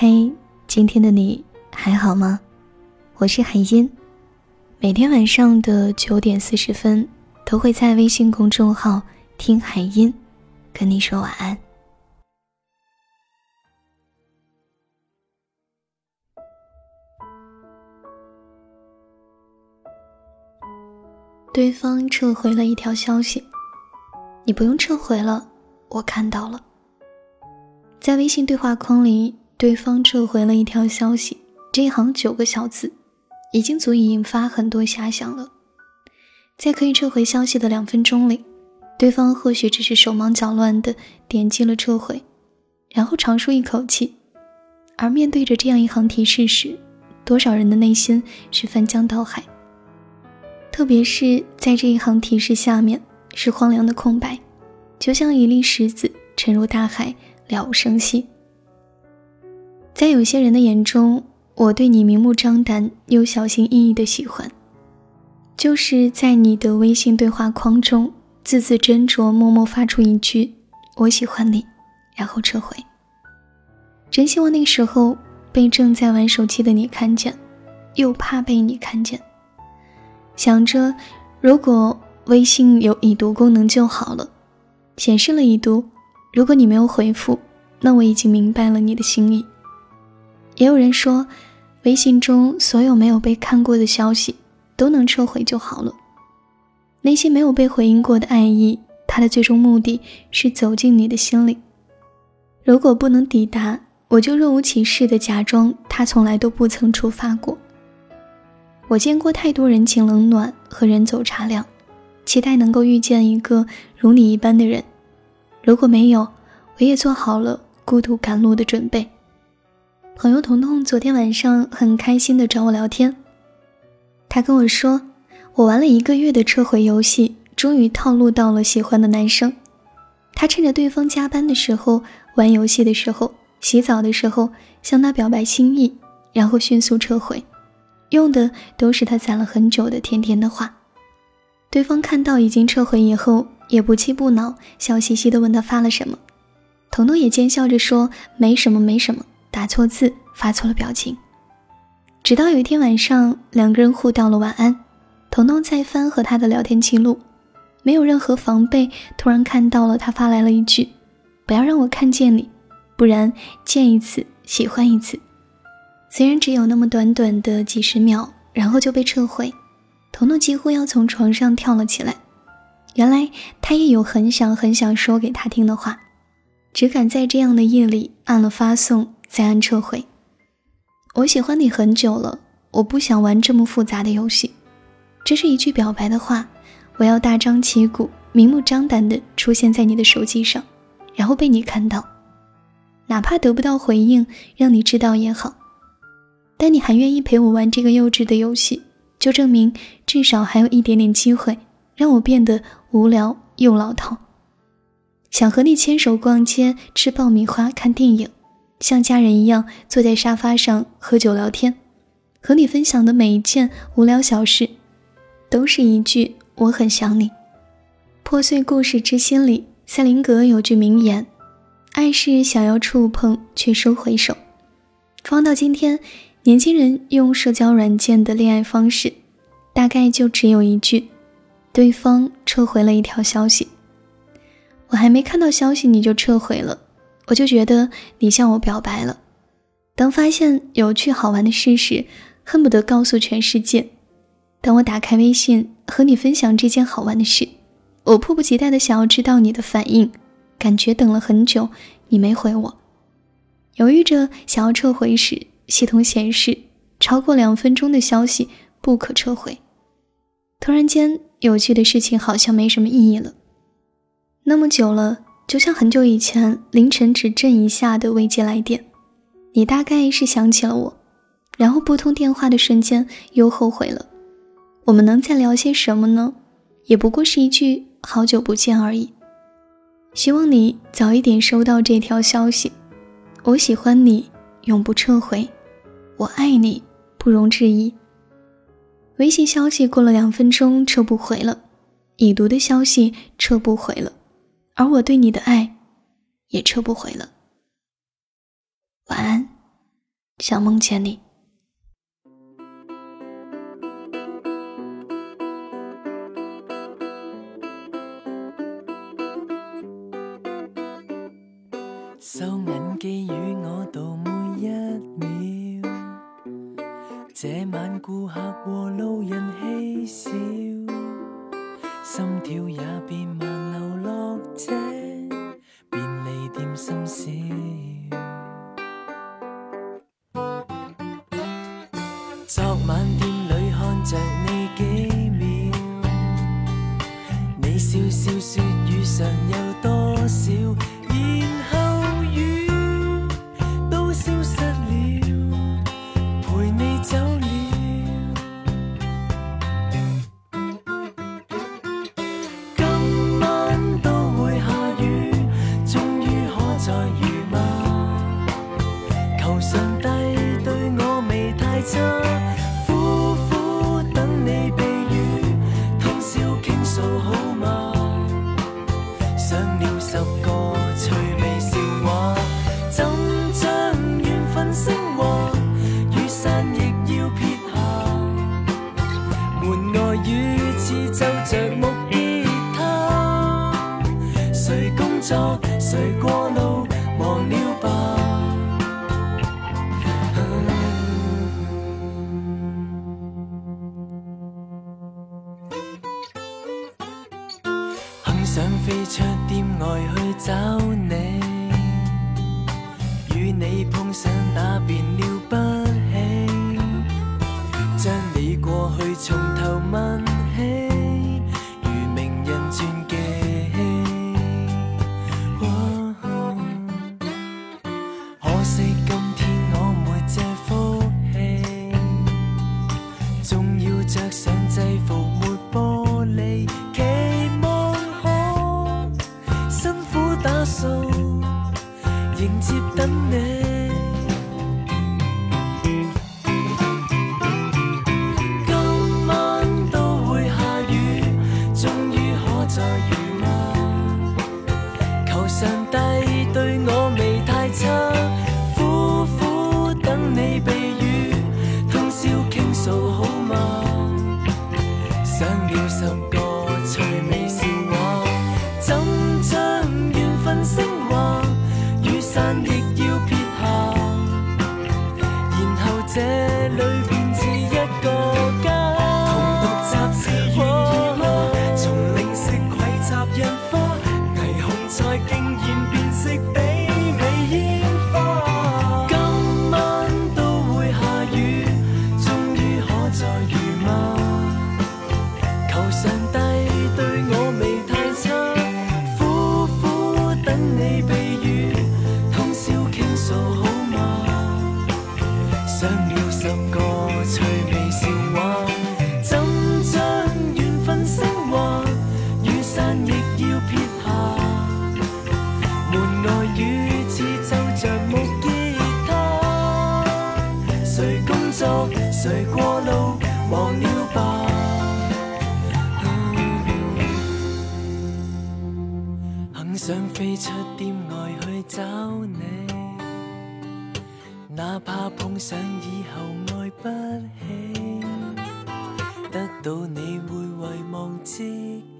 嘿，今天的你还好吗？我是海音，每天晚上的9点40分都会在微信公众号听海音跟你说晚安。对方撤回了一条消息，你不用撤回了，我看到了。在微信对话框里，对方撤回了一条消息，这一行9个小字已经足以引发很多遐想了。在可以撤回消息的2分钟里，对方或许只是手忙脚乱地点击了撤回，然后长舒一口气。而面对着这样一行提示时，多少人的内心是翻江倒海。特别是在这一行提示下面是荒凉的空白，就像一粒石子沉入大海，了无声息。在有些人的眼中，我对你明目张胆又小心翼翼的喜欢，就是在你的微信对话框中字字斟酌，默默发出一句我喜欢你，然后撤回。真希望那个时候被正在玩手机的你看见，又怕被你看见。想着如果微信有已读功能就好了，显示了已读，如果你没有回复，那我已经明白了你的心意。也有人说，微信中所有没有被看过的消息都能撤回就好了。那些没有被回应过的爱意，它的最终目的是走进你的心里。如果不能抵达，我就若无其事地假装它从来都不曾出发过。我见过太多人情冷暖和人走茶凉，期待能够遇见一个如你一般的人。如果没有，我也做好了孤独赶路的准备。朋友彤彤昨天晚上很开心地找我聊天，他跟我说，我玩了1个月的撤回游戏，终于套路到了喜欢的男生。他趁着对方加班的时候、玩游戏的时候、洗澡的时候向他表白心意，然后迅速撤回，用的都是他攒了很久的甜甜的话。对方看到已经撤回以后，也不气不恼，笑嘻嘻地问他发了什么。彤彤也奸笑着说没什么没什么，打错字，发错了表情。直到有一天晚上，2个人互道了晚安，彤彤再翻和他的聊天记录，没有任何防备，突然看到了他发来了一句，不要让我看见你，不然见一次喜欢一次。虽然只有那么短短的几十秒，然后就被撤回，彤彤几乎要从床上跳了起来。原来他也有很想说给他听的话，只敢在这样的夜里按了发送，再按撤回。我喜欢你很久了，我不想玩这么复杂的游戏。这是一句表白的话，我要大张旗鼓，明目张胆地出现在你的手机上，然后被你看到。哪怕得不到回应，让你知道也好。但你还愿意陪我玩这个幼稚的游戏，就证明至少还有一点点机会，让我变得无聊又老套。想和你牵手逛街，吃爆米花，看电影，像家人一样坐在沙发上喝酒聊天，和你分享的每一件无聊小事，都是一句我很想你。破碎故事之心里，赛林格有句名言，爱是想要触碰却收回手。放到今天，年轻人用社交软件的恋爱方式，大概就只有一句，对方撤回了一条消息。我还没看到消息你就撤回了，我就觉得你向我表白了。当发现有趣好玩的事时，恨不得告诉全世界。当我打开微信和你分享这件好玩的事，我迫不及待地想要知道你的反应，感觉等了很久你没回我。犹豫着想要撤回时，系统显示超过2分钟的消息不可撤回。突然间，有趣的事情好像没什么意义了。那么久了，就像很久以前凌晨只震一下的未接来电，你大概是想起了我，然后拨通电话的瞬间又后悔了。我们能再聊些什么呢？也不过是一句好久不见而已。希望你早一点收到这条消息，我喜欢你，永不撤回，我爱你，不容置疑。微信消息过了2分钟撤不回了，已读的消息撤不回了，而我对你的爱也撤不回了。晚安。 想梦见你。 收銀機與我度每一秒，這晚顧客和路人嬉笑，心跳也變慢流落這便利店深宵。昨晚店裏看着你幾秒，你笑笑說雨上有多少，然後雨都消失了，陪你走了。今晚都會下雨，終於可再遇嗎？求上帝對我未太差，苦苦等你避雨，通宵傾訴好嗎？想了10個趣味笑話，怎將緣分升華？雨傘亦要撇下，門外雨似奏着木吉他，誰工作誰過路忘了吧？很想飛出店外去找你，與你碰上那便了不起，將你過去從頭問起，如名人傳記。可惜今天我沒這福氣，總要着上制服沒玻璃，期望可辛苦打掃迎接等你。今晚都會下雨，終於可再遇嗎？求上帝對我未太差，苦苦等你避雨，通宵傾訴好嗎？想了10個趣味笑話，怎將緣分升華？雨傘亦要撇下，然後這裏便是一個家。同讀雜誌願意嗎？從零食攜集印花，霓虹彩竟然變色媲美煙花。今晚都會下雨，終於可再遇嗎？求上帝對我未太差，苦苦等你避雨，通宵傾訴好嗎？想了10個趣味笑話，怎將緣分升華？雨傘亦要撇下，門外雨似奏着木吉他，誰工作誰過路忘了吧？很想飛出店外去找你，哪怕碰上以後愛不起，得到你會遺忘自己。